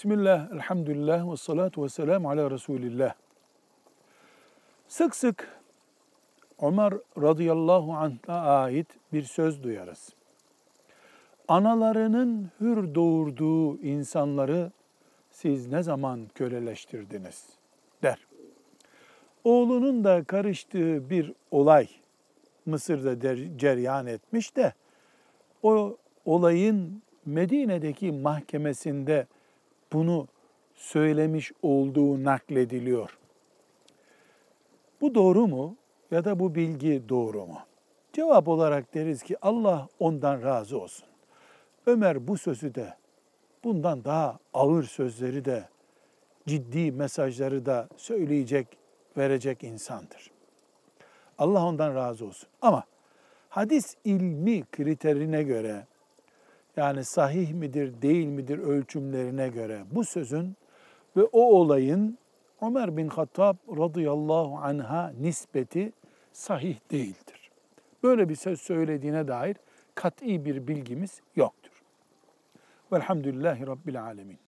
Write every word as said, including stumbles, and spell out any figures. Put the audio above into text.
Bismillah, elhamdülillah ve salatu ve selamu ala Resulillah. Sık sık Ömer radıyallahu anh'a ait bir söz duyarız. Analarının hür doğurduğu insanları siz ne zaman köleleştirdiniz der. Oğlunun da karıştığı bir olay Mısır'da der, cereyan etmiş de o olayın Medine'deki mahkemesinde bunu söylemiş olduğu naklediliyor. Bu doğru mu ya da bu bilgi doğru mu? Cevap olarak deriz ki Allah ondan razı olsun. Ömer bu sözü de bundan daha ağır sözleri de ciddi mesajları da söyleyecek, verecek insandır. Allah ondan razı olsun. Ama hadis ilmi kriterine göre yani sahih midir, değil midir ölçümlerine göre bu sözün ve o olayın Ömer bin Hattab radıyallahu anh'a nispeti sahih değildir. Böyle bir söz söylediğine dair kat'i bir bilgimiz yoktur. Velhamdülillahi Rabbil alemin.